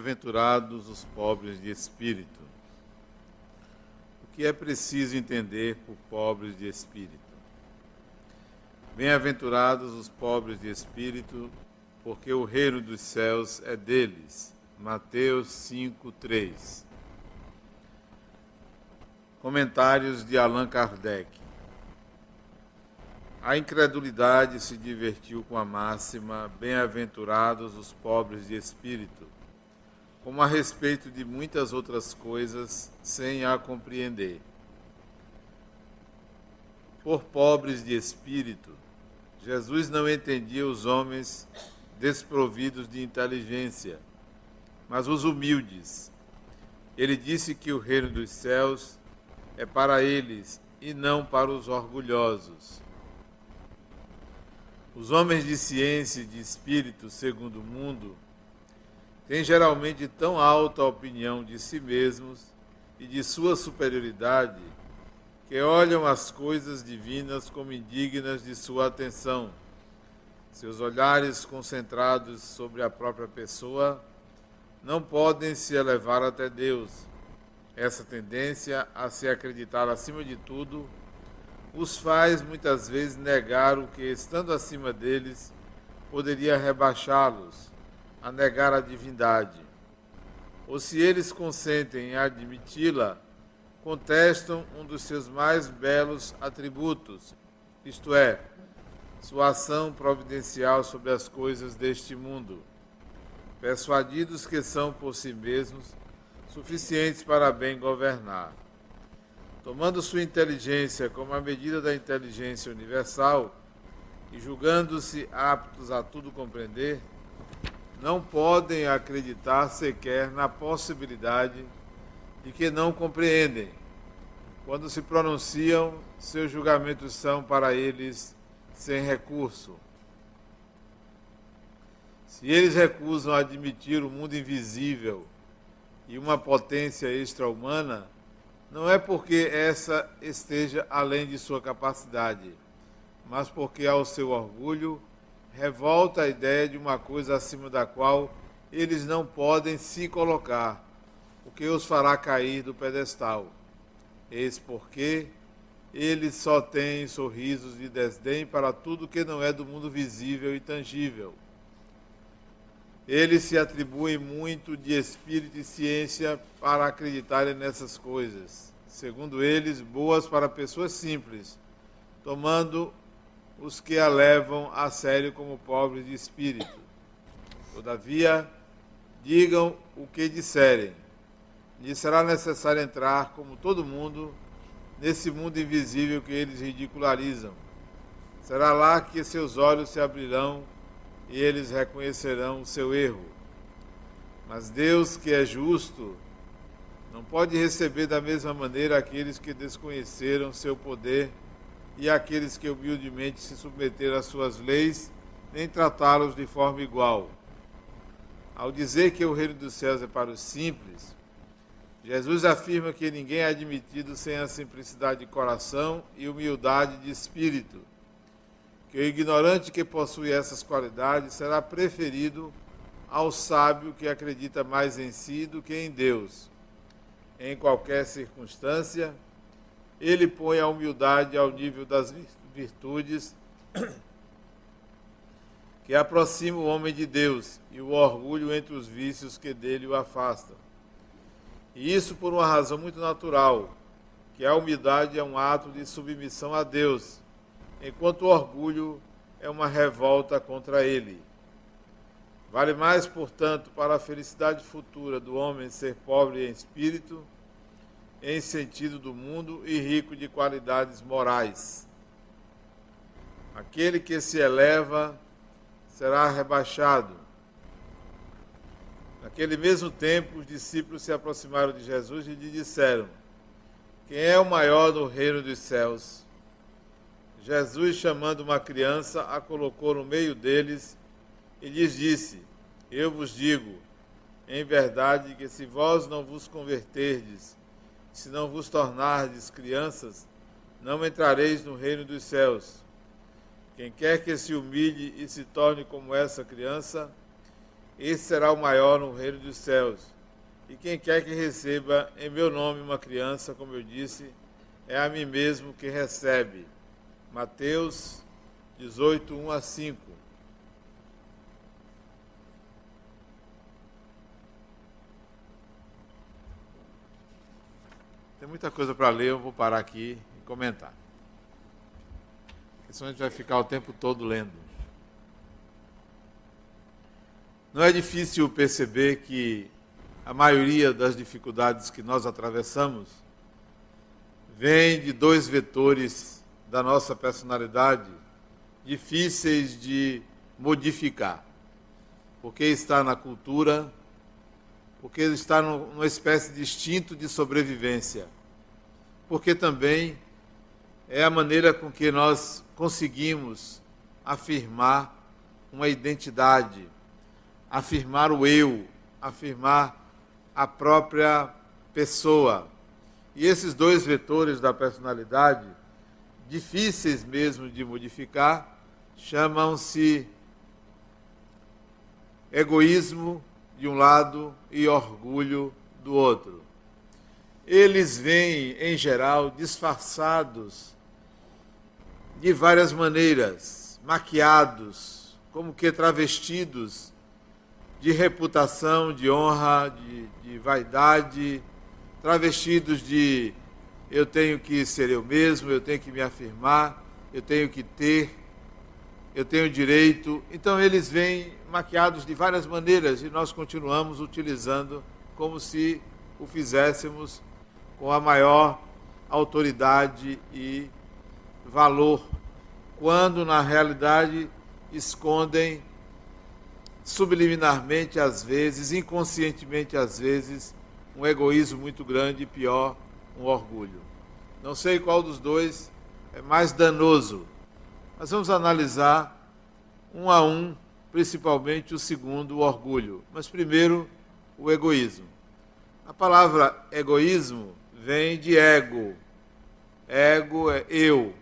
Bem-aventurados os pobres de espírito. O que é preciso entender por pobres de espírito? Bem-aventurados os pobres de espírito, porque o reino dos céus é deles. Mateus 5:3. Comentários de Allan Kardec. A incredulidade se divertiu com a máxima bem-aventurados os pobres de espírito, como a respeito de muitas outras coisas, sem a compreender. Por pobres de espírito, Jesus não entendia os homens desprovidos de inteligência, mas os humildes. Ele disse que o reino dos céus é para eles e não para os orgulhosos. Os homens de ciência e de espírito, segundo o mundo, têm geralmente tão alta opinião de si mesmos e de sua superioridade que olham as coisas divinas como indignas de sua atenção. Seus olhares concentrados sobre a própria pessoa não podem se elevar até Deus. Essa tendência a se acreditar acima de tudo os faz muitas vezes negar o que, estando acima deles, poderia rebaixá-los, a negar a divindade. Ou se eles consentem em admiti-la, contestam um dos seus mais belos atributos, isto é, sua ação providencial sobre as coisas deste mundo, persuadidos que são por si mesmos suficientes para bem governar. Tomando sua inteligência como a medida da inteligência universal e julgando-se aptos a tudo compreender, não podem acreditar sequer na possibilidade de que não compreendem. Quando se pronunciam, seus julgamentos são para eles sem recurso. Se eles recusam admitir o mundo invisível e uma potência extra-humana, não é porque essa esteja além de sua capacidade, mas porque ao seu orgulho revolta a ideia de uma coisa acima da qual eles não podem se colocar, o que os fará cair do pedestal. Eis porque eles só têm sorrisos de desdém para tudo que não é do mundo visível e tangível. Eles se atribuem muito de espírito e ciência para acreditarem nessas coisas, segundo eles, boas para pessoas simples, tomando os que a levam a sério como pobres de espírito. Todavia, digam o que disserem. Lhes será necessário entrar, como todo mundo, nesse mundo invisível que eles ridicularizam. Será lá que seus olhos se abrirão e eles reconhecerão o seu erro. Mas Deus, que é justo, não pode receber da mesma maneira aqueles que desconheceram seu poder e aqueles que humildemente se submeteram às suas leis, nem tratá-los de forma igual. Ao dizer que o reino dos céus é para os simples, Jesus afirma que ninguém é admitido sem a simplicidade de coração e humildade de espírito, que o ignorante que possui essas qualidades será preferido ao sábio que acredita mais em si do que em Deus. Em qualquer circunstância, ele põe a humildade ao nível das virtudes que aproxima o homem de Deus e o orgulho entre os vícios que dele o afastam. E isso por uma razão muito natural, que a humildade é um ato de submissão a Deus, enquanto o orgulho é uma revolta contra ele. Vale mais, portanto, para a felicidade futura do homem ser pobre em espírito, em sentido do mundo e rico de qualidades morais. Aquele que se eleva será rebaixado. Naquele mesmo tempo, os discípulos se aproximaram de Jesus e lhe disseram: quem é o maior no reino dos céus? Jesus, chamando uma criança, a colocou no meio deles e lhes disse: eu vos digo, em verdade, que se vós não vos converterdes, se não vos tornardes crianças, não entrareis no reino dos céus. Quem quer que se humilhe e se torne como essa criança, esse será o maior no reino dos céus. E quem quer que receba em meu nome uma criança, como eu disse, é a mim mesmo que recebe. Mateus 18, 1 a 5. Tem muita coisa para ler, eu vou parar aqui e comentar. Porque senão a gente vai ficar o tempo todo lendo. Não é difícil perceber que a maioria das dificuldades que nós atravessamos vem de dois vetores da nossa personalidade difíceis de modificar. Porque está na cultura, porque está numa espécie de instinto de sobrevivência, porque também é a maneira com que nós conseguimos afirmar uma identidade, afirmar o eu, afirmar a própria pessoa. E esses dois vetores da personalidade, difíceis mesmo de modificar, chamam-se egoísmo de um lado e orgulho do outro. Eles vêm, em geral, disfarçados de várias maneiras, maquiados, como que travestidos de reputação, de honra, de vaidade, travestidos de eu tenho que ser eu mesmo, eu tenho que me afirmar, eu tenho que ter, eu tenho direito. Então eles vêm maquiados de várias maneiras e nós continuamos utilizando como se o fizéssemos com a maior autoridade e valor, quando na realidade escondem subliminarmente às vezes, inconscientemente às vezes, um egoísmo muito grande e pior, um orgulho. Não sei qual dos dois é mais danoso, mas vamos analisar um a um, principalmente o segundo, o orgulho. Mas primeiro, o egoísmo. A palavra egoísmo vem de ego. Ego é eu.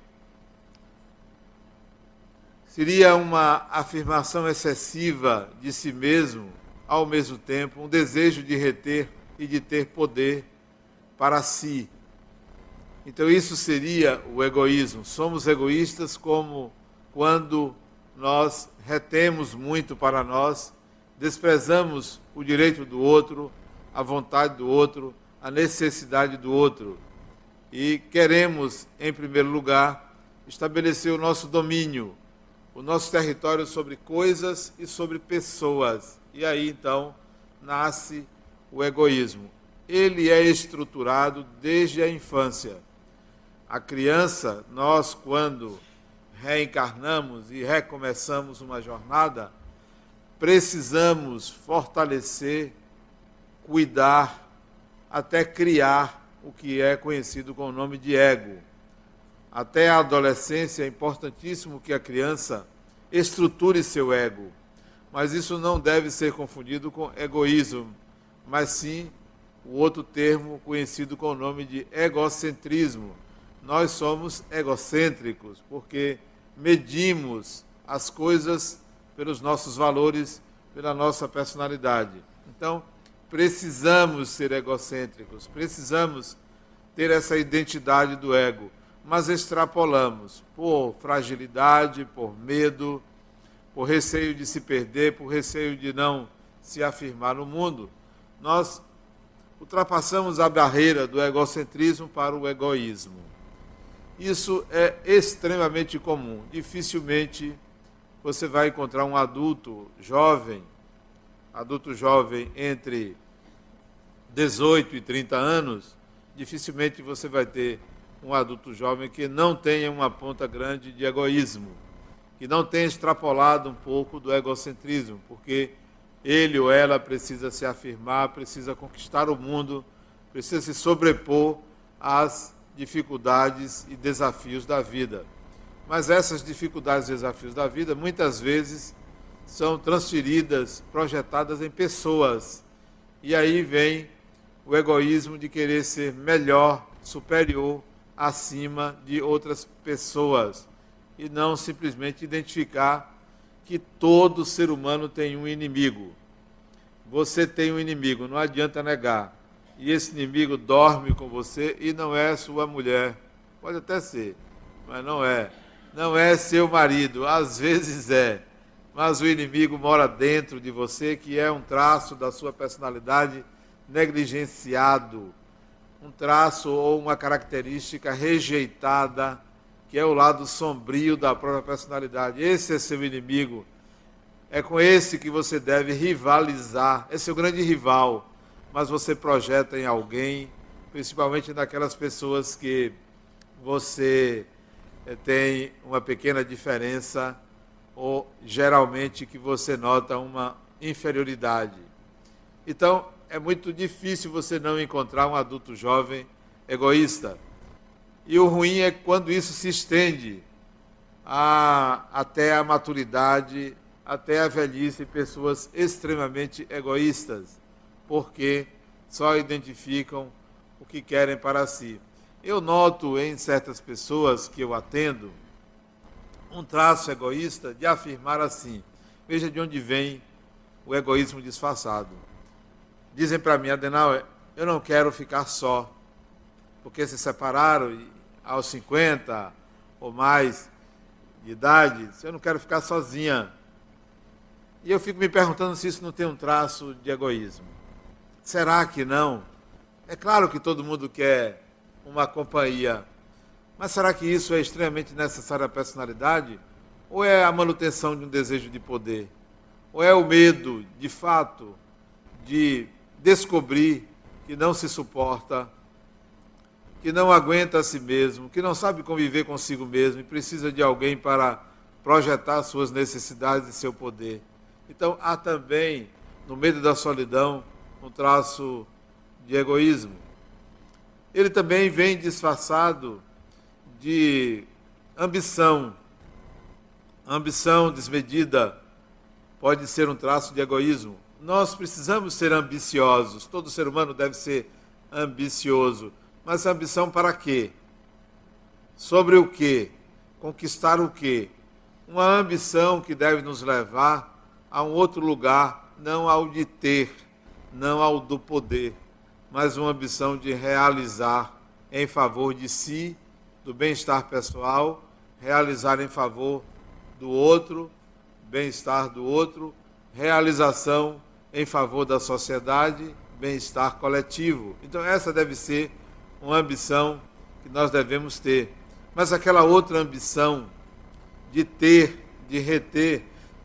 Seria uma afirmação excessiva de si mesmo, ao mesmo tempo, um desejo de reter e de ter poder para si. Então isso seria o egoísmo. Somos egoístas como quando nós retemos muito para nós, desprezamos o direito do outro, a vontade do outro, a necessidade do outro. E queremos, em primeiro lugar, estabelecer o nosso domínio, o nosso território sobre coisas e sobre pessoas. E aí, então, nasce o egoísmo. Ele é estruturado desde a infância. A criança, nós, quando reencarnamos e recomeçamos uma jornada, precisamos fortalecer, cuidar, até criar o que é conhecido com o nome de ego. Até a adolescência é importantíssimo que a criança estruture seu ego, mas isso não deve ser confundido com egoísmo, mas sim o outro termo conhecido com o nome de egocentrismo. Nós somos egocêntricos porque medimos as coisas pelos nossos valores, pela nossa personalidade. Então, precisamos ser egocêntricos, precisamos ter essa identidade do ego, mas extrapolamos por fragilidade, por medo, por receio de se perder, por receio de não se afirmar no mundo. Nós ultrapassamos a barreira do egocentrismo para o egoísmo. Isso é extremamente comum. Dificilmente você vai encontrar um adulto jovem entre 18 e 30 anos, dificilmente você vai ter um adulto jovem que não tenha uma ponta grande de egoísmo, que não tenha extrapolado um pouco do egocentrismo, porque ele ou ela precisa se afirmar, precisa conquistar o mundo, precisa se sobrepor às dificuldades e desafios da vida. Mas essas dificuldades e desafios da vida, muitas vezes, são transferidas, projetadas em pessoas. E aí vem o egoísmo de querer ser melhor, superior, acima de outras pessoas. E não simplesmente identificar que todo ser humano tem um inimigo. você tem um inimigo, não adianta negar. E esse inimigo dorme com você e não é sua mulher. Pode até ser, mas não é. Não é seu marido, às vezes é. Mas o inimigo mora dentro de você, que é um traço da sua personalidade negligenciado. Um traço ou uma característica rejeitada, que é o lado sombrio da própria personalidade. Esse é seu inimigo. É com esse que você deve rivalizar. É seu grande rival. Mas você projeta em alguém, principalmente naquelas pessoas que você tem uma pequena diferença ou geralmente que você nota uma inferioridade. Então, é muito difícil você não encontrar um adulto jovem egoísta. E o ruim é quando isso se estende até a maturidade, até a velhice, pessoas extremamente egoístas, porque só identificam o que querem para si. Eu noto em certas pessoas que eu atendo um traço egoísta de afirmar assim: veja de onde vem o egoísmo disfarçado. Dizem para mim: Adenauer, eu não quero ficar só, porque se separaram aos 50 ou mais de idade, eu não quero ficar sozinha. E eu fico me perguntando se isso não tem um traço de egoísmo. Será que não? É claro que todo mundo quer uma companhia, mas será que isso é extremamente necessário à personalidade? Ou é a manutenção de um desejo de poder? Ou é o medo, de fato, de descobrir que não se suporta, que não aguenta a si mesmo, que não sabe conviver consigo mesmo e precisa de alguém para projetar suas necessidades e seu poder? Então, há também, no meio da solidão, um traço de egoísmo. Ele também vem disfarçado de ambição. A ambição desmedida pode ser um traço de egoísmo. Nós precisamos ser ambiciosos. Todo ser humano deve ser ambicioso. Mas ambição para quê? Sobre o quê? Conquistar o quê? Uma ambição que deve nos levar a um outro lugar, não ao de ter, não ao do poder, mas uma ambição de realizar em favor de si, do bem-estar pessoal, realizar em favor do outro, bem-estar do outro, realização em favor da sociedade, bem-estar coletivo. Então essa deve ser uma ambição que nós devemos ter. Mas aquela outra ambição de ter, de reter,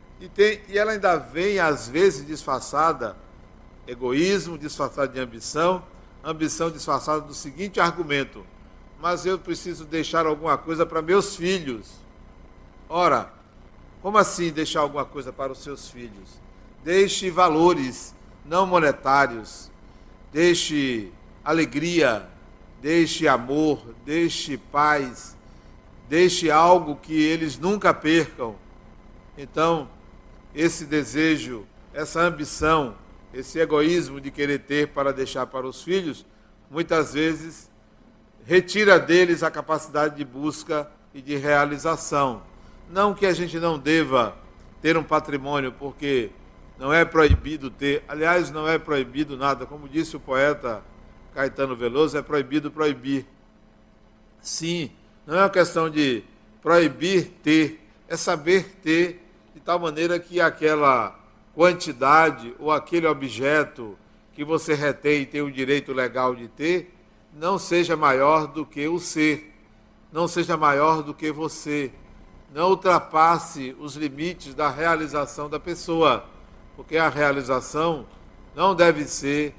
e ela ainda vem às vezes disfarçada, egoísmo disfarçado de ambição, ambição disfarçada do seguinte argumento: mas eu preciso deixar alguma coisa para meus filhos. Ora, como assim deixar alguma coisa para os seus filhos? Deixe valores não monetários, deixe alegria, deixe amor, deixe paz, deixe algo que eles nunca percam. Então, esse desejo, essa ambição, esse egoísmo de querer ter para deixar para os filhos, muitas vezes retira deles a capacidade de busca e de realização. Não que a gente não deva ter um patrimônio, porque não é proibido ter, aliás, não é proibido nada, como disse o poeta Caetano Veloso, é proibido proibir. Sim, não é uma questão de proibir ter, é saber ter de tal maneira que aquela quantidade ou aquele objeto que você retém e tem o direito legal de ter, não seja maior do que o ser, não seja maior do que você, não ultrapasse os limites da realização da pessoa, porque a realização não deve ser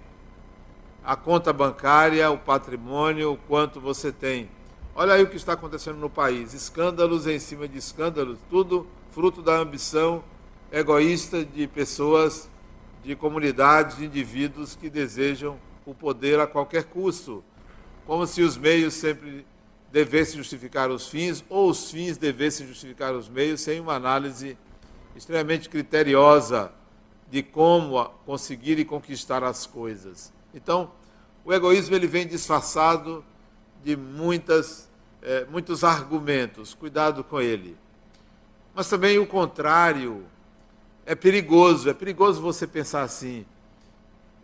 a conta bancária, o patrimônio, o quanto você tem. Olha aí o que está acontecendo no país, escândalos em cima de escândalos, tudo fruto da ambição egoísta de pessoas, de comunidades, de indivíduos que desejam o poder a qualquer custo, como se os meios sempre devessem justificar os fins, ou os fins devessem justificar os meios, sem uma análise extremamente criteriosa de como conseguir e conquistar as coisas. Então, o egoísmo ele vem disfarçado de muitos argumentos, cuidado com ele. Mas também o contrário é perigoso você pensar assim: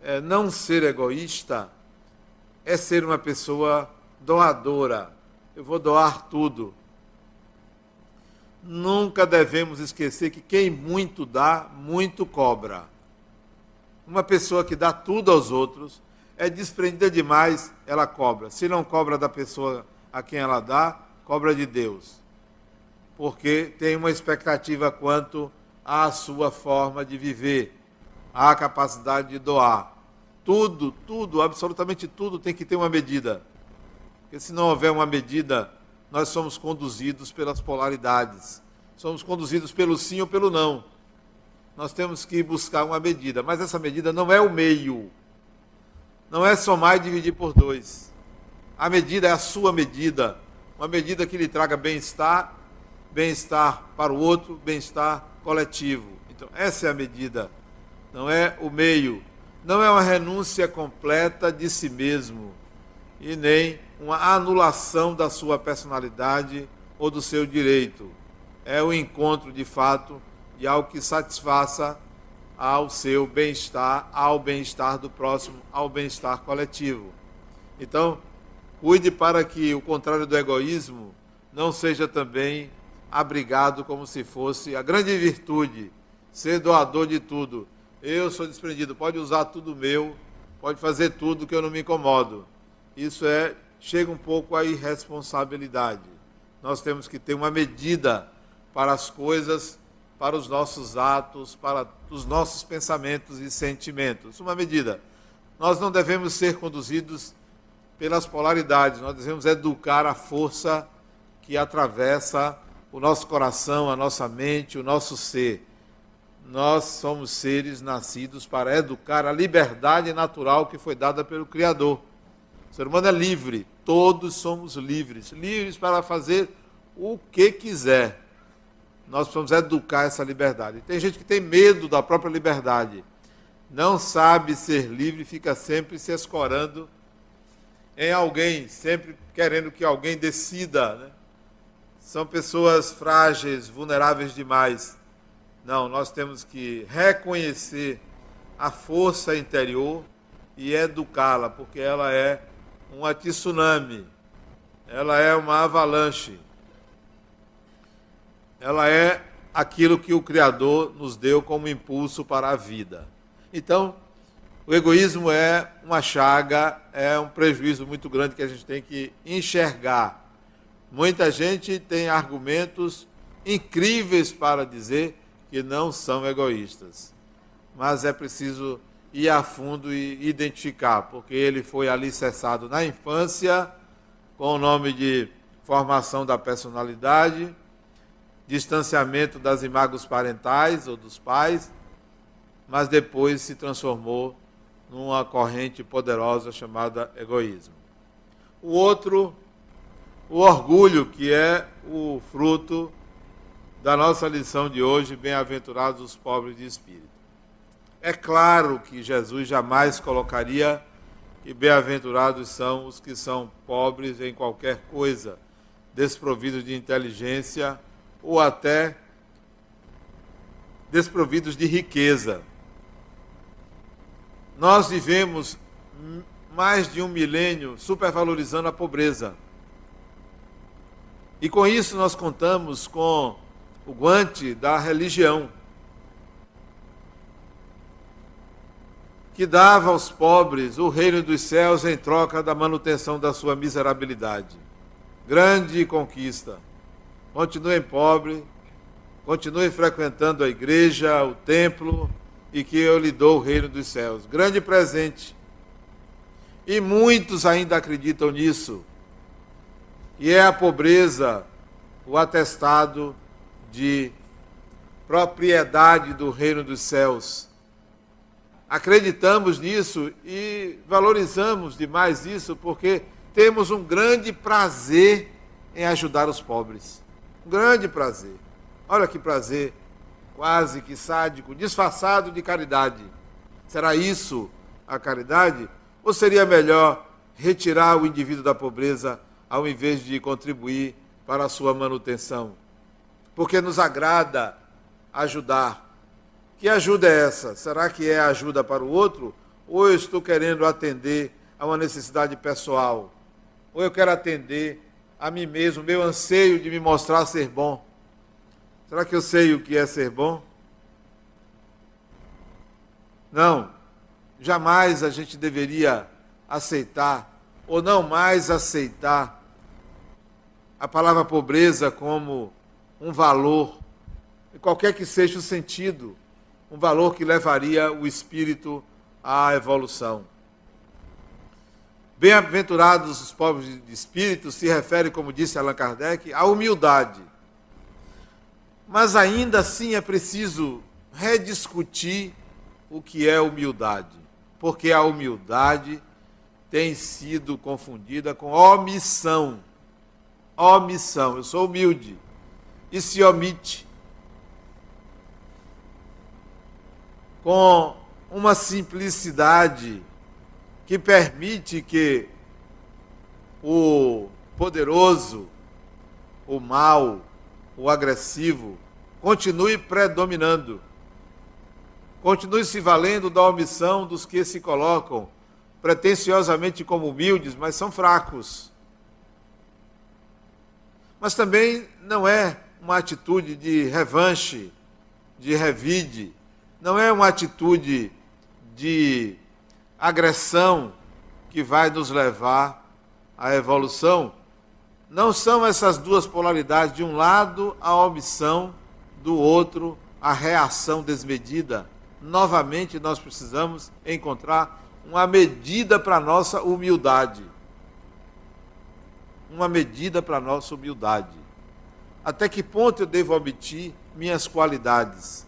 não ser egoísta é ser uma pessoa doadora. Eu vou doar tudo. Nunca devemos esquecer que quem muito dá, muito cobra. Uma pessoa que dá tudo aos outros, é desprendida demais, ela cobra. Se não cobra da pessoa a quem ela dá, cobra de Deus. Porque tem uma expectativa quanto à sua forma de viver, à capacidade de doar. Tudo, absolutamente tudo tem que ter uma medida. Porque se não houver uma medida, nós somos conduzidos pelas polaridades. Somos conduzidos pelo sim ou pelo não. Nós temos que buscar uma medida. Mas essa medida não é o meio. Não é somar e dividir por 2. A medida é a sua medida. Uma medida que lhe traga bem-estar, bem-estar para o outro, bem-estar coletivo. Então, essa é a medida. Não é o meio. Não é uma renúncia completa de si mesmo. E nem uma anulação da sua personalidade ou do seu direito. É o encontro, de fato, de algo que satisfaça ao seu bem-estar, ao bem-estar do próximo, ao bem-estar coletivo. Então, cuide para que o contrário do egoísmo não seja também abrigado como se fosse a grande virtude, ser doador de tudo. Eu sou desprendido, pode usar tudo meu, pode fazer tudo que eu não me incomodo. Isso chega um pouco à irresponsabilidade. Nós temos que ter uma medida para as coisas, para os nossos atos, para os nossos pensamentos e sentimentos. Uma medida. Nós não devemos ser conduzidos pelas polaridades, nós devemos educar a força que atravessa o nosso coração, a nossa mente, o nosso ser. Nós somos seres nascidos para educar a liberdade natural que foi dada pelo Criador. O ser humano é livre, todos somos livres, livres para fazer o que quiser. Nós precisamos educar essa liberdade. Tem gente que tem medo da própria liberdade, não sabe ser livre, fica sempre se escorando em alguém, sempre querendo que alguém decida, né? São pessoas frágeis, vulneráveis demais. Não, nós temos que reconhecer a força interior e educá-la, porque ela é um tsunami, ela é uma avalanche, ela é aquilo que o Criador nos deu como impulso para a vida. Então, o egoísmo é uma chaga, é um prejuízo muito grande que a gente tem que enxergar. Muita gente tem argumentos incríveis para dizer que não são egoístas, mas é preciso ir a fundo e identificar, porque ele foi alicerçado na infância, com o nome de formação da personalidade, distanciamento das imagens parentais ou dos pais, mas depois se transformou numa corrente poderosa chamada egoísmo. O outro, o orgulho, que é o fruto da nossa lição de hoje, bem-aventurados os pobres de espírito. É claro que Jesus jamais colocaria que bem-aventurados são os que são pobres em qualquer coisa, desprovidos de inteligência ou até desprovidos de riqueza. Nós vivemos mais de 1 milênio supervalorizando a pobreza. E com isso nós contamos com o guante da religião, que dava aos pobres o reino dos céus em troca da manutenção da sua miserabilidade. Grande conquista. Continuem pobres, continuem frequentando a igreja, o templo, e que eu lhe dou o reino dos céus. Grande presente. E muitos ainda acreditam nisso. E é a pobreza o atestado de propriedade do reino dos céus. Acreditamos nisso e valorizamos demais isso porque temos um grande prazer em ajudar os pobres. Um grande prazer. Olha que prazer, quase que sádico, disfarçado de caridade. Será isso a caridade? Ou seria melhor retirar o indivíduo da pobreza ao invés de contribuir para a sua manutenção? Porque nos agrada ajudar. Que ajuda é essa? Será que é ajuda para o outro ou eu estou querendo atender a uma necessidade pessoal, ou eu quero atender a mim mesmo, o meu anseio de me mostrar ser bom. Será que eu sei o que é ser bom? Não, jamais a gente deveria aceitar, ou não mais aceitar, a palavra pobreza como um valor, qualquer que seja o sentido, um valor que levaria o espírito à evolução. Bem-aventurados os pobres de espírito se refere, como disse Allan Kardec, à humildade. Mas ainda assim é preciso rediscutir o que é humildade, porque a humildade tem sido confundida com omissão. Omissão, eu sou humilde, e se omite com uma simplicidade que permite que o poderoso, o mau, o agressivo, continue predominando. Continue se valendo da omissão dos que se colocam pretensiosamente como humildes, mas são fracos. Mas também não é uma atitude de revanche, de revide, não é uma atitude de agressão que vai nos levar à evolução. Não são essas duas polaridades, de um lado a omissão, do outro a reação desmedida. Novamente nós precisamos encontrar uma medida para a nossa humildade. Uma medida para a nossa humildade. Até que ponto eu devo omitir minhas qualidades?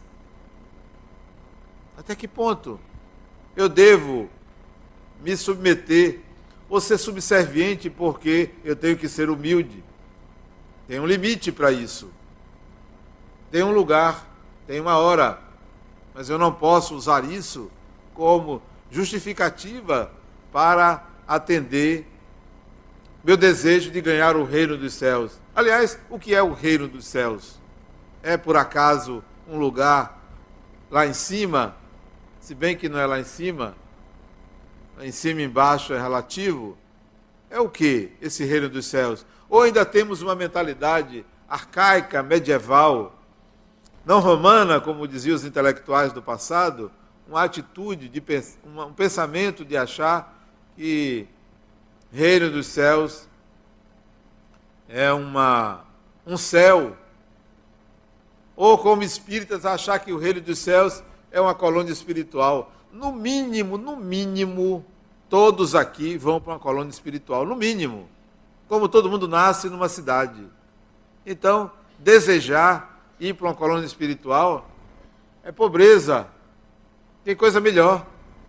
Até que ponto eu devo me submeter ou ser subserviente porque eu tenho que ser humilde? Tem um limite para isso. Tem um lugar, tem uma hora. Mas eu não posso usar isso como justificativa para atender meu desejo de ganhar o reino dos céus. Aliás, o que é o reino dos céus? É por acaso um lugar lá em cima? Se bem que não é lá em cima e embaixo é relativo. É o que esse reino dos céus? Ou ainda temos uma mentalidade arcaica, medieval, não romana, como diziam os intelectuais do passado, uma atitude, um pensamento de achar que reino dos céus é um céu. Ou como espíritas achar que o reino dos céus é uma colônia espiritual. No mínimo, todos aqui vão para uma colônia espiritual. No mínimo. Como todo mundo nasce numa cidade. Então, desejar ir para uma colônia espiritual é pobreza. Tem coisa melhor.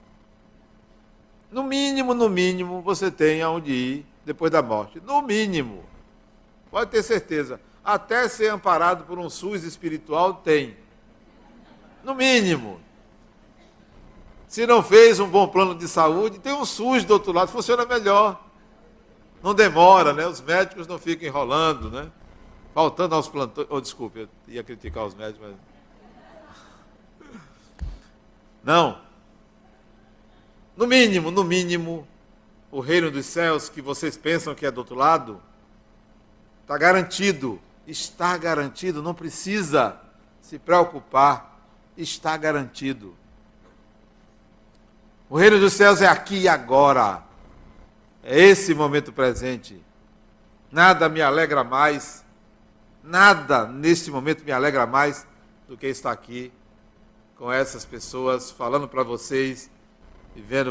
No mínimo, você tem aonde ir depois da morte. No mínimo. Pode ter certeza. Até ser amparado por um SUS espiritual, tem. No mínimo. Se não fez um bom plano de saúde, tem um SUS do outro lado, funciona melhor. Não demora, né? Os médicos não ficam enrolando, né? Faltando aos plantões... Oh, desculpe, eu ia criticar os médicos, mas... Não. No mínimo, o reino dos céus, que vocês pensam que é do outro lado, está garantido. Está garantido, não precisa se preocupar. Está garantido. O reino dos céus é aqui e agora. É esse momento presente. Nada me alegra mais, nada neste momento me alegra mais do que estar aqui com essas pessoas, falando para vocês e vendo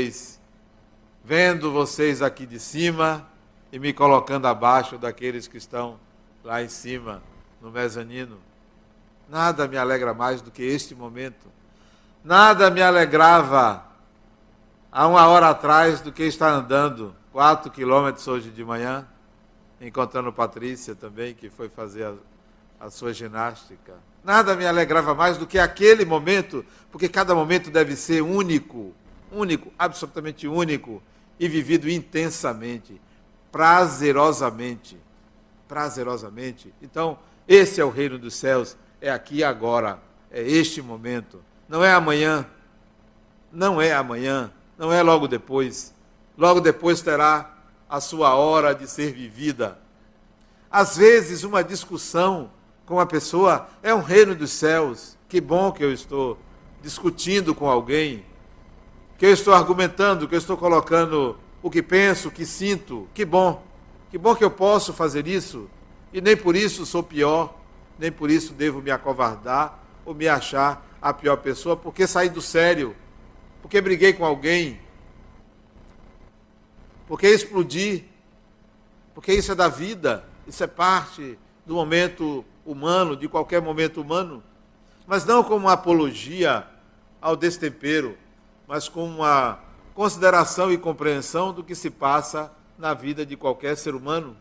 vocês aqui de cima e me colocando abaixo daqueles que estão lá em cima, no mezanino. Nada me alegra mais do que este momento. Nada me alegrava há uma hora atrás do que estar andando 4 quilômetros hoje de manhã, encontrando Patrícia também, que foi fazer a sua ginástica. Nada me alegrava mais do que aquele momento, porque cada momento deve ser único, absolutamente único, e vivido intensamente, prazerosamente. Então, esse é o reino dos céus, é aqui e agora, é este momento. Não é amanhã, não é amanhã, não é logo depois. Logo depois terá a sua hora de ser vivida. Às vezes, uma discussão com uma pessoa é um reino dos céus. Que bom que eu estou discutindo com alguém, que eu estou argumentando, que eu estou colocando o que penso, o que sinto. Que bom que eu posso fazer isso, e nem por isso sou pior, nem por isso devo me acovardar ou me achar a pior pessoa, porque saí do sério, porque briguei com alguém, porque explodi, porque isso é da vida, isso é parte do momento humano, de qualquer momento humano, mas não como uma apologia ao destempero, mas como uma consideração e compreensão do que se passa na vida de qualquer ser humano.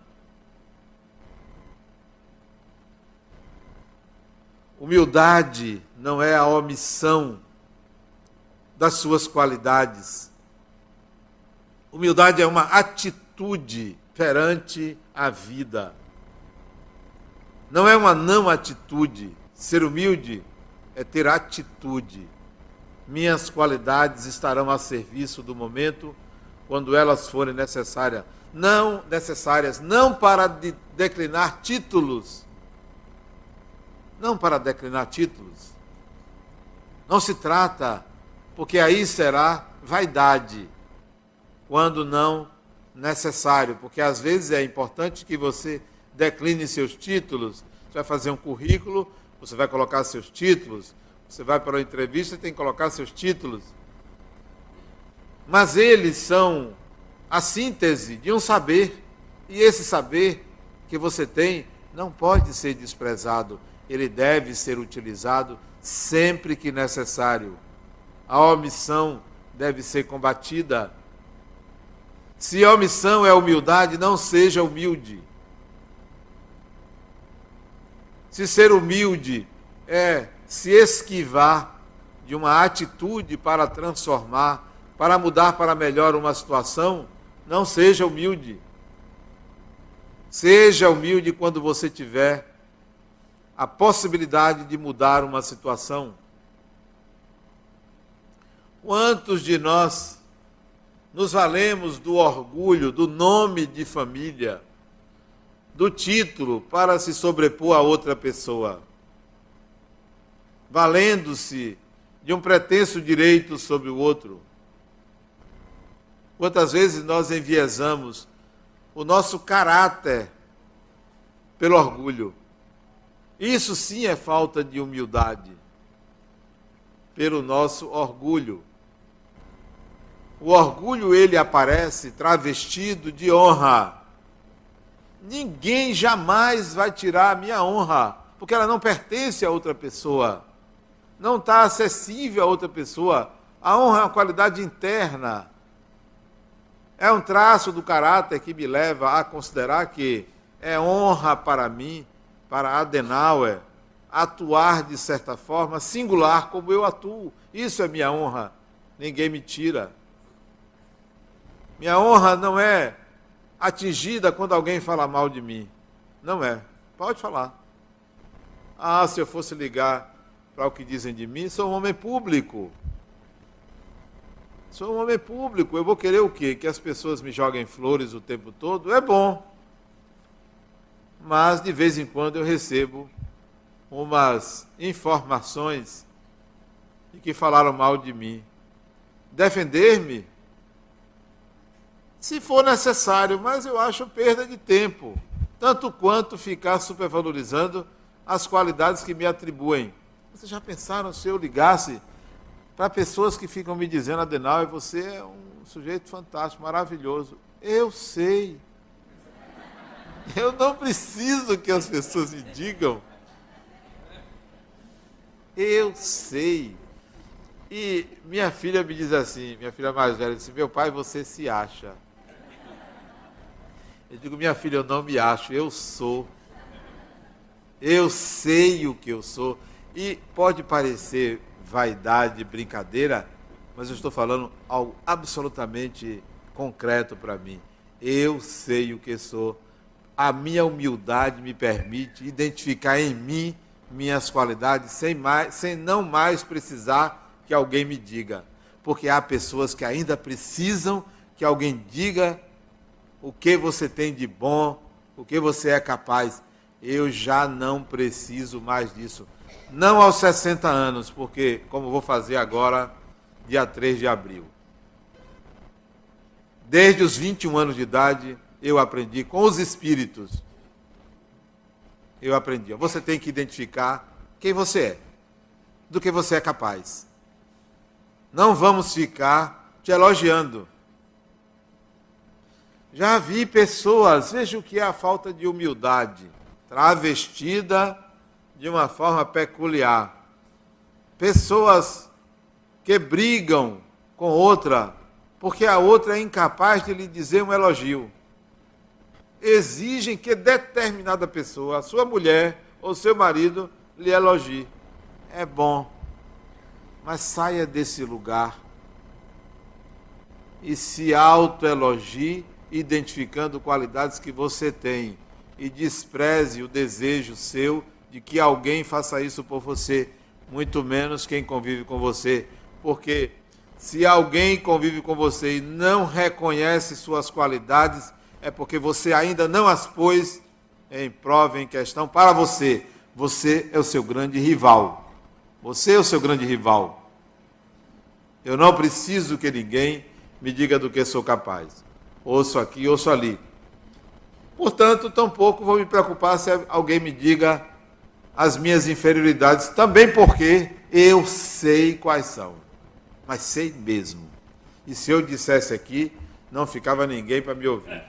Humildade não é a omissão das suas qualidades. Humildade é uma atitude perante a vida. Não é uma não atitude. Ser humilde é ter atitude. Minhas qualidades estarão a serviço do momento quando elas forem necessárias. Não para declinar títulos. Não para declinar títulos. Não se trata, porque aí será vaidade, quando não necessário, porque às vezes é importante que você decline seus títulos. Você vai fazer um currículo, você vai colocar seus títulos, você vai para uma entrevista e tem que colocar seus títulos. Mas eles são a síntese de um saber, e esse saber que você tem não pode ser desprezado, ele deve ser utilizado sempre que necessário. A omissão deve ser combatida. Se a omissão é humildade, não seja humilde. Se ser humilde é se esquivar de uma atitude para transformar, para mudar para melhor uma situação, não seja humilde. Seja humilde quando você tiver a possibilidade de mudar uma situação. Quantos de nós nos valemos do orgulho, do nome de família, do título para se sobrepor a outra pessoa, valendo-se de um pretenso direito sobre o outro? Quantas vezes nós enviesamos o nosso caráter pelo orgulho? Isso sim é falta de humildade, pelo nosso orgulho. O orgulho, ele aparece travestido de honra. Ninguém jamais vai tirar a minha honra, porque ela não pertence a outra pessoa, não está acessível a outra pessoa. A honra é uma qualidade interna, é um traço do caráter que me leva a considerar que é honra para mim, para Adenauer, atuar de certa forma singular como eu atuo. Isso é minha honra, ninguém me tira. Minha honra não é atingida quando alguém fala mal de mim. Não é. Pode falar. Ah, se eu fosse ligar para o que dizem de mim, sou um homem público. Sou um homem público. Eu vou querer o quê? Que as pessoas me joguem flores o tempo todo? É bom. Mas, de vez em quando, eu recebo umas informações de que falaram mal de mim. Defender-me? Se for necessário, mas eu acho perda de tempo, tanto quanto ficar supervalorizando as qualidades que me atribuem. Vocês já pensaram se eu ligasse para pessoas que ficam me dizendo: Adenauer, você é um sujeito fantástico, maravilhoso. Eu sei. Eu não preciso que as pessoas me digam. Eu sei. E minha filha me diz assim, minha filha mais velha, disse: meu pai, você se acha. Eu digo: minha filha, eu não me acho, eu sou. Eu sei o que eu sou. E pode parecer vaidade, brincadeira, mas eu estou falando algo absolutamente concreto para mim. Eu sei o que sou. A minha humildade me permite identificar em mim minhas qualidades sem não mais precisar que alguém me diga. porque há pessoas que ainda precisam que alguém diga o que você tem de bom, o que você é capaz. Eu já não preciso mais disso. Não aos 60 anos, porque, como vou fazer agora, dia 3 de abril. Desde os 21 anos de idade, eu aprendi com os espíritos. Eu aprendi. Você tem que identificar quem você é, do que você é capaz. Não vamos ficar te elogiando. Já vi pessoas, veja o que é a falta de humildade, travestida de uma forma peculiar. Pessoas que brigam com outra, porque a outra é incapaz de lhe dizer um elogio. Exigem que determinada pessoa, a sua mulher ou seu marido, lhe elogie. É bom, mas saia desse lugar e se autoelogie, identificando qualidades que você tem, e despreze o desejo seu de que alguém faça isso por você, muito menos quem convive com você, porque se alguém convive com você e não reconhece suas qualidades, é porque você ainda não as pôs em prova, em questão para você. Você é o seu grande rival. Você é o seu grande rival. Eu não preciso que ninguém me diga do que sou capaz. Ouço aqui, ouço ali. Portanto, tampouco vou me preocupar se alguém me diga as minhas inferioridades, também porque eu sei quais são. Mas sei mesmo. E se eu dissesse aqui, não ficava ninguém para me ouvir.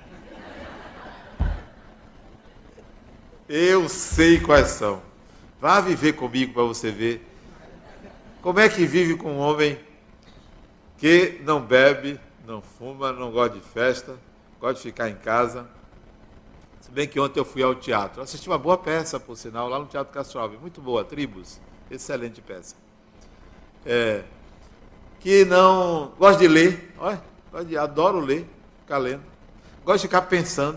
Eu sei quais são. Vá viver comigo para você ver como é que vive com um homem que não bebe, não fuma, não gosta de festa, gosta de ficar em casa. Se bem que ontem eu fui ao teatro. Assisti uma boa peça, por sinal, lá no Teatro Castro Alves. Muito boa, Tribos. Excelente peça. Que não... Gosto de ler. Adoro ler, ficar lendo. Gosto de ficar pensando.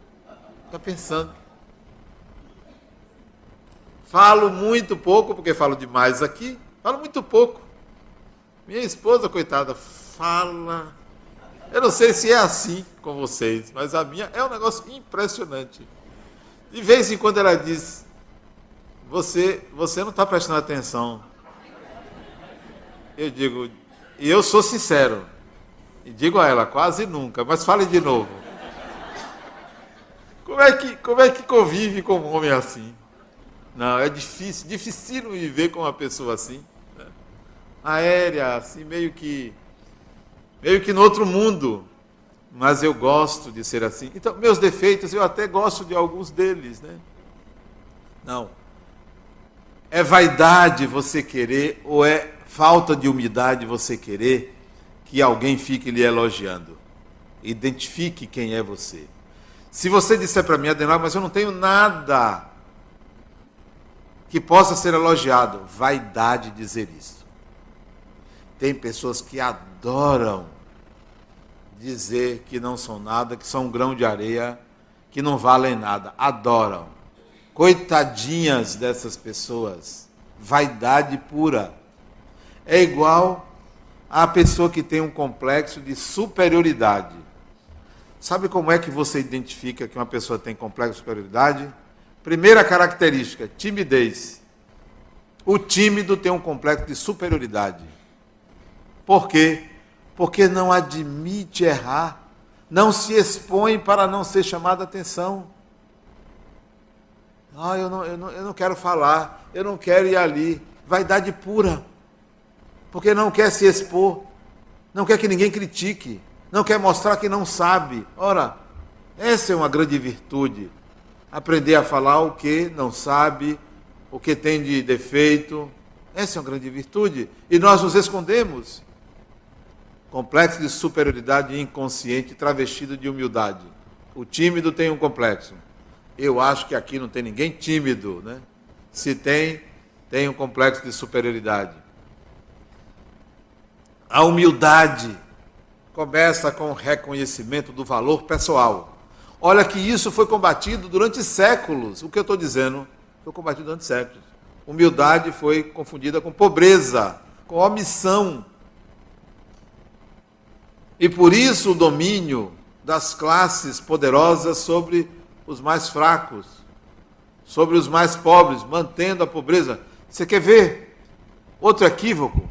Falo muito pouco, porque falo demais aqui. Falo muito pouco. Minha esposa, coitada, fala... Eu não sei se é assim com vocês, mas a minha é um negócio impressionante. De vez em quando ela diz, você não está prestando atenção. Eu digo, e eu sou sincero, e digo a ela, quase nunca, mas fale de novo. Como é que convive com um homem assim? Não, é dificílimo viver com uma pessoa assim, né? Aérea, assim, meio que no outro mundo, mas eu gosto de ser assim. Então, meus defeitos, eu até gosto de alguns deles, né? Não. É vaidade você querer, ou é falta de humildade você querer que alguém fique lhe elogiando? Identifique quem é você. Se você disser para mim, Adenauer, mas eu não tenho nada que possa ser elogiado, vaidade dizer isso. Tem pessoas que adoram dizer que não são nada, que são um grão de areia, que não valem nada. Adoram. Coitadinhas dessas pessoas. Vaidade pura. É igual à pessoa que tem um complexo de superioridade. Sabe como é que você identifica que uma pessoa tem complexo de superioridade? Primeira característica, timidez. O tímido tem um complexo de superioridade. Por quê? Porque não admite errar, não se expõe para não ser chamado a atenção. Eu não quero falar, eu não quero ir ali. Vaidade pura. Porque não quer se expor, não quer que ninguém critique, não quer mostrar que não sabe. Ora, essa é uma grande virtude. Aprender a falar o que não sabe, o que tem de defeito. Essa é uma grande virtude. E nós nos escondemos. Complexo de superioridade inconsciente travestido de humildade. O tímido tem um complexo. Eu acho que aqui não tem ninguém tímido, né? Se tem um complexo de superioridade. A humildade começa com o reconhecimento do valor pessoal. Olha que isso foi combatido durante séculos. O que eu estou dizendo foi combatido durante séculos. Humildade foi confundida com pobreza, com omissão. E por isso o domínio das classes poderosas sobre os mais fracos, sobre os mais pobres, mantendo a pobreza. Você quer ver outro equívoco?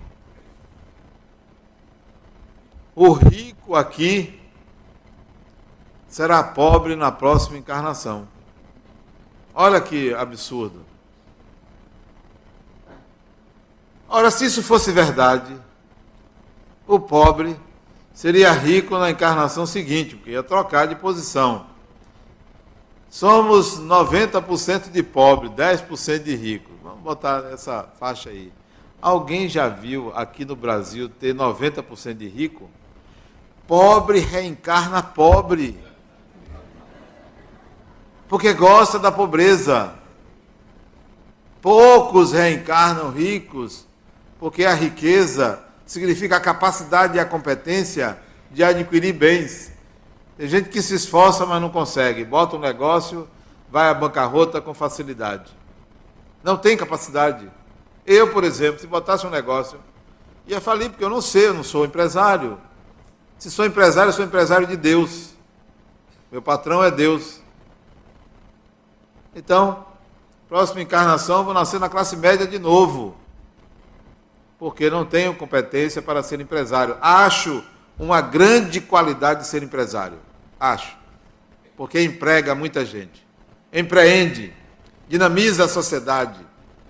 O rico aqui será pobre na próxima encarnação. Olha que absurdo. Ora, se isso fosse verdade, o pobre seria rico na encarnação seguinte, porque ia trocar de posição. Somos 90% de pobre, 10% de rico. Vamos botar essa faixa aí. Alguém já viu aqui no Brasil ter 90% de rico? Pobre reencarna pobre. Porque gosta da pobreza. Poucos reencarnam ricos, porque a riqueza significa a capacidade e a competência de adquirir bens. Tem gente que se esforça, mas não consegue. Bota um negócio, vai à bancarrota com facilidade. Não tem capacidade. Eu, por exemplo, se botasse um negócio, ia falir, porque eu não sei, eu não sou empresário. Se sou empresário, eu sou empresário de Deus. Meu patrão é Deus. Então, próxima encarnação, vou nascer na classe média de novo, porque não tenho competência para ser empresário. Acho uma grande qualidade de ser empresário. Acho. Porque emprega muita gente. Empreende. Dinamiza a sociedade.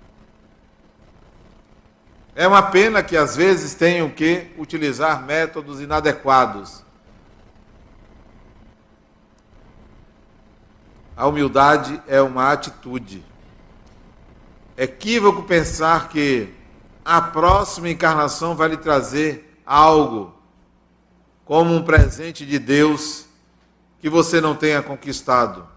É uma pena que às vezes tenham que utilizar métodos inadequados. A humildade é uma atitude. É equívoco pensar que a próxima encarnação vai lhe trazer algo como um presente de Deus que você não tenha conquistado.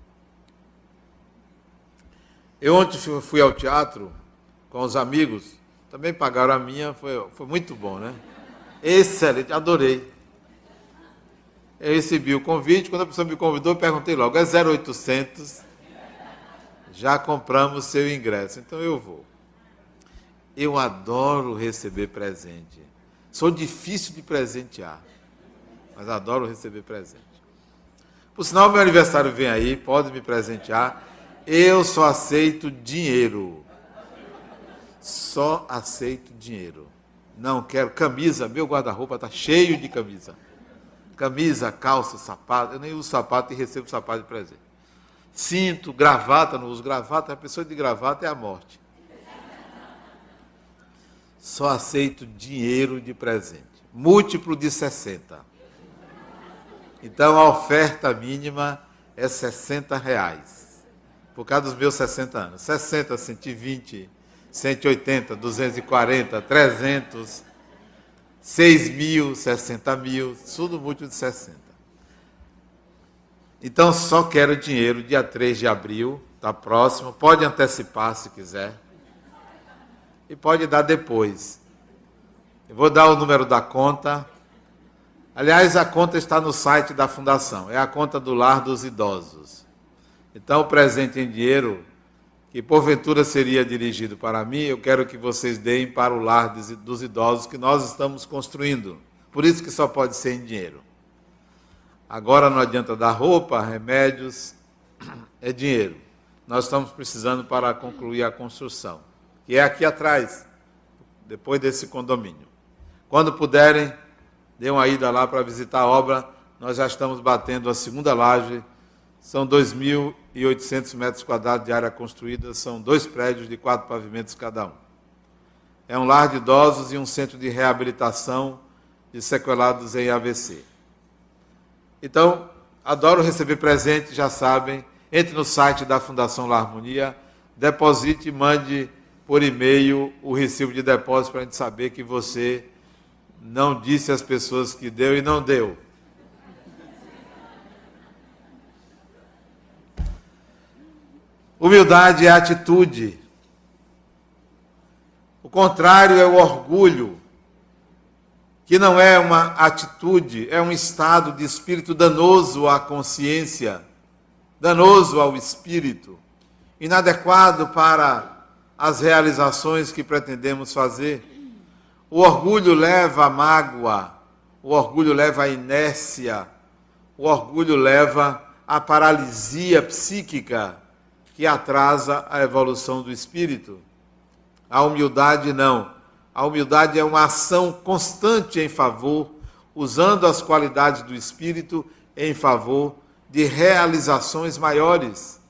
Eu ontem fui ao teatro com os amigos, também pagaram a minha, foi muito bom, né? Excelente, adorei. Eu recebi o convite, quando a pessoa me convidou, eu perguntei logo, é 0800, já compramos seu ingresso, então eu vou. Eu adoro receber presente. Sou difícil de presentear, mas adoro receber presente. Por sinal, meu aniversário vem aí, pode me presentear. Eu só aceito dinheiro. Só aceito dinheiro. Não quero camisa, meu guarda-roupa está cheio de camisa. Camisa, calça, sapato. Eu nem uso sapato e recebo sapato de presente. Cinto, gravata, não uso gravata. A pessoa de gravata é a morte. Só aceito dinheiro de presente. Múltiplo de 60. Então a oferta mínima é R$60. Por causa dos meus 60 anos. 60, 120, 180, 240, 300, 6 mil, 60 mil, tudo múltiplo de 60. Então só quero dinheiro dia 3 de abril, está próximo, pode antecipar se quiser. E pode dar depois. Eu vou dar o número da conta. Aliás, a conta está no site da Fundação. É a conta do Lar dos Idosos. Então, o presente em dinheiro, que porventura seria dirigido para mim, eu quero que vocês deem para o Lar dos Idosos que nós estamos construindo. Por isso que só pode ser em dinheiro. Agora não adianta dar roupa, remédios, é dinheiro. Nós estamos precisando para concluir a construção. Que é aqui atrás, depois desse condomínio. Quando puderem, dê uma ida lá para visitar a obra. Nós já estamos batendo a segunda laje. São 2.800 metros quadrados de área construída. São 2 prédios de 4 pavimentos cada um. É um lar de idosos e um centro de reabilitação de sequelados em AVC. Então, adoro receber presente, já sabem. Entre no site da Fundação La Harmonia, deposite e mande por e-mail o recibo de depósito para a gente saber que você não disse às pessoas que deu e não deu. Humildade é atitude. O contrário é o orgulho, que não é uma atitude, é um estado de espírito danoso à consciência, danoso ao espírito, inadequado para as realizações que pretendemos fazer. O orgulho leva à mágoa, o o orgulho leva à inércia, o orgulho leva à paralisia psíquica que atrasa a evolução do espírito. A humildade não. A humildade é uma ação constante em favor, usando as qualidades do espírito em favor de realizações maiores.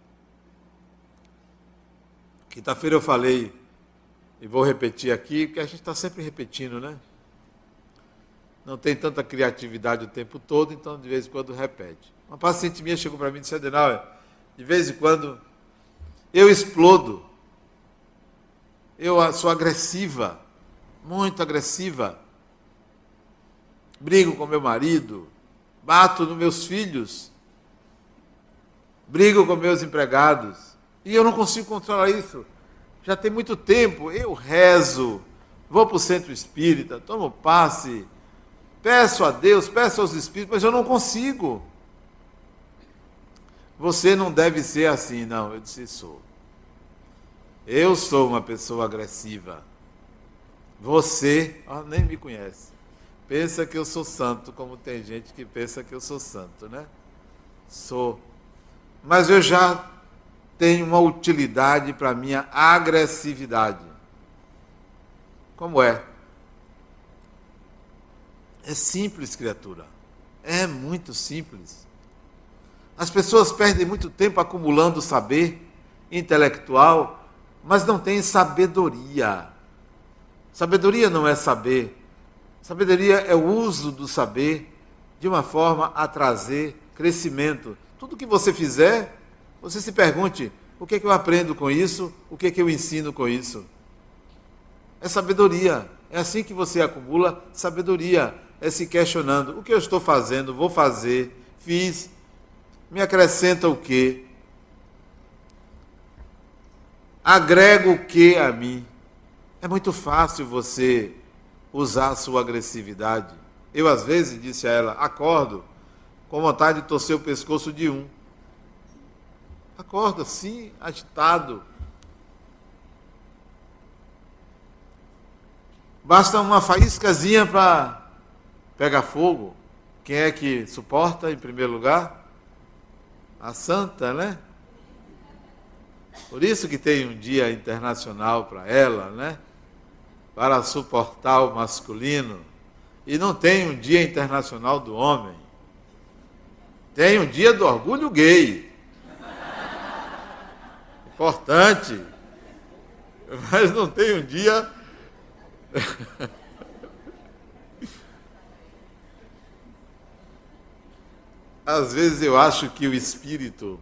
Quinta-feira eu falei, e vou repetir aqui, porque a gente está sempre repetindo, né? Não tem tanta criatividade o tempo todo, então de vez em quando repete. Uma paciente minha chegou para mim e disse: Adenauer, de vez em quando eu explodo. Eu sou agressiva, muito agressiva. Brigo com meu marido, bato nos meus filhos, brigo com meus empregados. E eu não consigo controlar isso. Já tem muito tempo. Eu rezo, vou para o centro espírita, tomo passe, peço a Deus, peço aos espíritos, mas eu não consigo. Você não deve ser assim. Não, eu disse: sou. Eu sou uma pessoa agressiva. Você, nem me conhece. Pensa que eu sou santo, como tem gente que pensa que eu sou santo, né? Sou. Mas eu já tenho uma utilidade para a minha agressividade. Como é? É simples, criatura. É muito simples. As pessoas perdem muito tempo acumulando saber intelectual, mas não têm sabedoria. Sabedoria não é saber. Sabedoria é o uso do saber de uma forma a trazer crescimento. Tudo que você fizer, você se pergunte: o que é que eu aprendo com isso? O que é que eu ensino com isso? É sabedoria. É assim que você acumula sabedoria. É se questionando: o que eu estou fazendo? Vou fazer? Fiz? Me acrescenta o quê? Agrego o quê a mim? É muito fácil você usar a sua agressividade. Eu, às vezes, disse a ela: acordo com vontade de torcer o pescoço de um. Acordo assim, agitado. Basta uma faíscazinha para pegar fogo. Quem é que suporta, em primeiro lugar? A santa, né? Por isso que tem um dia internacional para ela, né? Para suportar o masculino. E não tem um dia internacional do homem. Tem um dia do orgulho gay. Importante. Mas não tem um dia... Às vezes eu acho que o espírito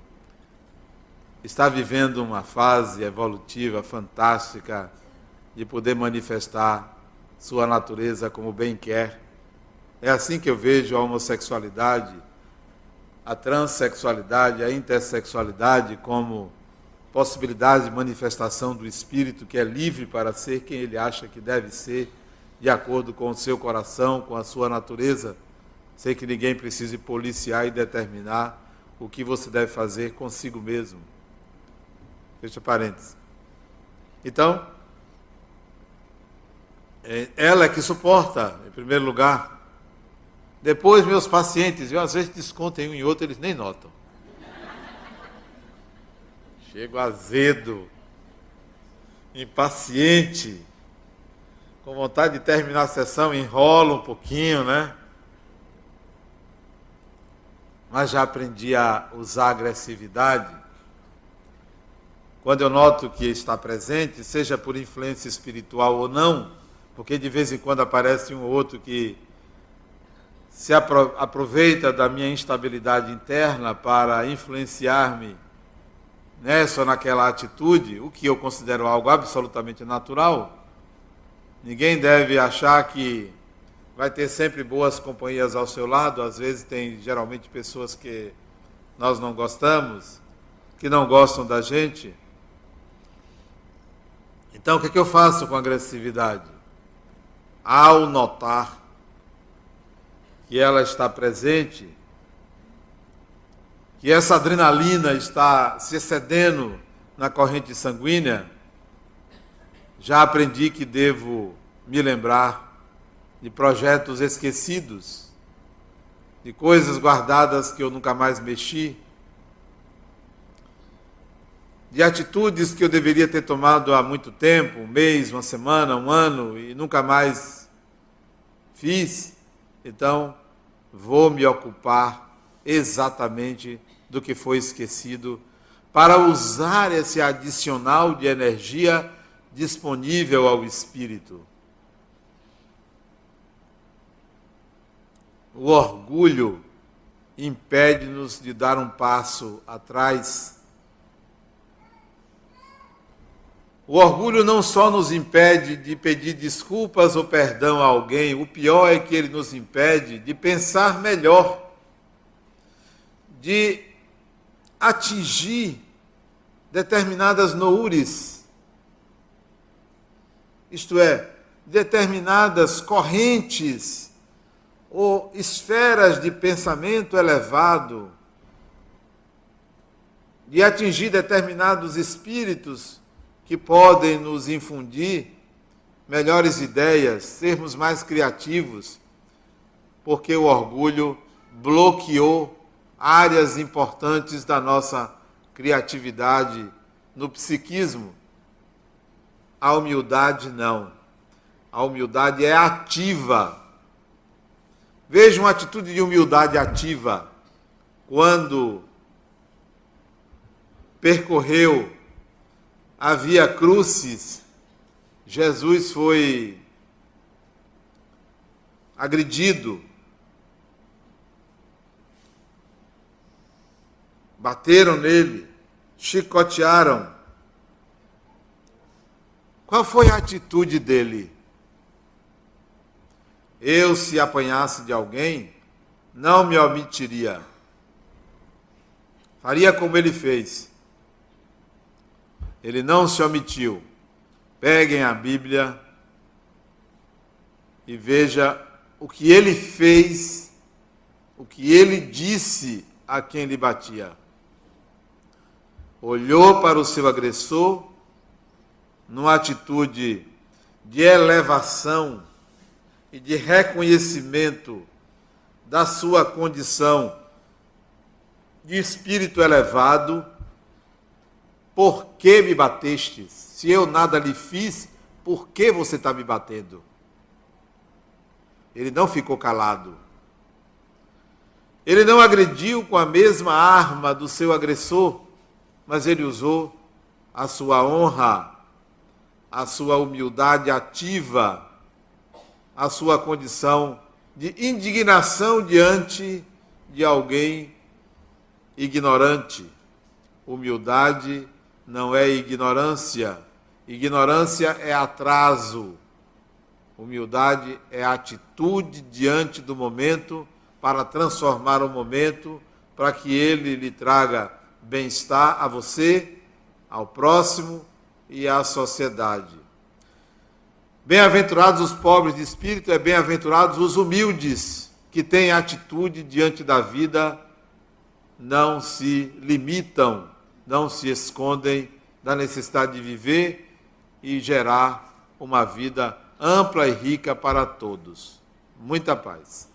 está vivendo uma fase evolutiva fantástica de poder manifestar sua natureza como bem quer. É assim que eu vejo a homossexualidade, a transexualidade, a intersexualidade como possibilidade de manifestação do espírito que é livre para ser quem ele acha que deve ser, de acordo com o seu coração, com a sua natureza. Sei que ninguém precisa policiar e determinar o que você deve fazer consigo mesmo. Fecha parênteses. Então, ela é que suporta, em primeiro lugar. Depois, meus pacientes, eu às vezes desconto em um e outro, eles nem notam. Chego azedo, impaciente, com vontade de terminar a sessão, enrolo um pouquinho, né? Mas já aprendi a usar a agressividade. Quando eu noto que está presente, seja por influência espiritual ou não, porque de vez em quando aparece um ou outro que se aproveita da minha instabilidade interna para influenciar-me nessa ou naquela atitude, o que eu considero algo absolutamente natural. Ninguém deve achar que vai ter sempre boas companhias ao seu lado. Às vezes tem geralmente pessoas que nós não gostamos, que não gostam da gente. Então, o que é que eu faço com a agressividade? Ao notar que ela está presente, que essa adrenalina está se excedendo na corrente sanguínea, já aprendi que devo me lembrar de projetos esquecidos, de coisas guardadas que eu nunca mais mexi, de atitudes que eu deveria ter tomado há muito tempo, um mês, uma semana, um ano, e nunca mais fiz. Então, vou me ocupar exatamente do que foi esquecido, para usar esse adicional de energia disponível ao Espírito. O orgulho impede-nos de dar um passo atrás. O orgulho não só nos impede de pedir desculpas ou perdão a alguém, o pior é que ele nos impede de pensar melhor, de atingir determinadas noures, isto é, determinadas correntes ou esferas de pensamento elevado, de atingir determinados espíritos que podem nos infundir melhores ideias, sermos mais criativos, porque o orgulho bloqueou áreas importantes da nossa criatividade no psiquismo. A humildade não. A humildade é ativa. Veja uma atitude de humildade ativa. Quando percorreu a Via Crucis, Jesus foi agredido, bateram nele, chicotearam. Qual foi a atitude dele? Eu, se apanhasse de alguém, não me omitiria. Faria como ele fez. Ele não se omitiu. Peguem a Bíblia e veja o que ele fez, o que ele disse a quem lhe batia. Olhou para o seu agressor numa atitude de elevação e de reconhecimento da sua condição de espírito elevado. Por que me batestes? Se eu nada lhe fiz, por que você está me batendo? Ele não ficou calado. Ele não agrediu com a mesma arma do seu agressor, mas ele usou a sua honra, a sua humildade ativa, a sua condição de indignação diante de alguém ignorante. Humildade não é ignorância. Ignorância é atraso. Humildade é atitude diante do momento para transformar o momento, para que ele lhe traga bem-estar a você, ao próximo e à sociedade. Bem-aventurados os pobres de espírito, bem-aventurados os humildes, que têm atitude diante da vida, não se limitam, não se escondem da necessidade de viver e gerar uma vida ampla e rica para todos. Muita paz.